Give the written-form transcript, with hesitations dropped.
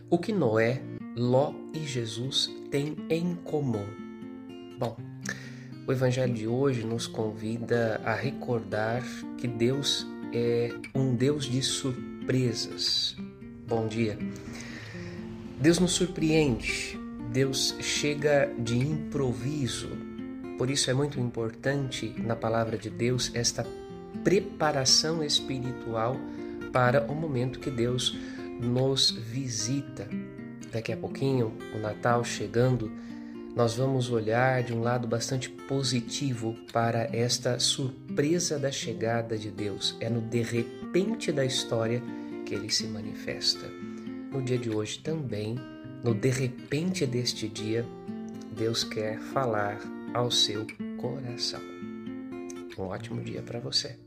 O que Noé, Ló e Jesus têm em comum? Bom, o Evangelho de hoje nos convida a recordar que Deus é um Deus de surpresas. Bom dia. Deus nos surpreende, Deus chega de improviso. Por isso é muito importante na palavra de Deus esta preparação espiritual para o momento que Deus nos visita. Daqui a pouquinho, o Natal chegando, nós vamos olhar de um lado bastante positivo para esta surpresa da chegada de Deus. É no de repente da história que ele se manifesta. No dia de hoje também, no de repente deste dia, Deus quer falar ao seu coração. Um ótimo dia para você.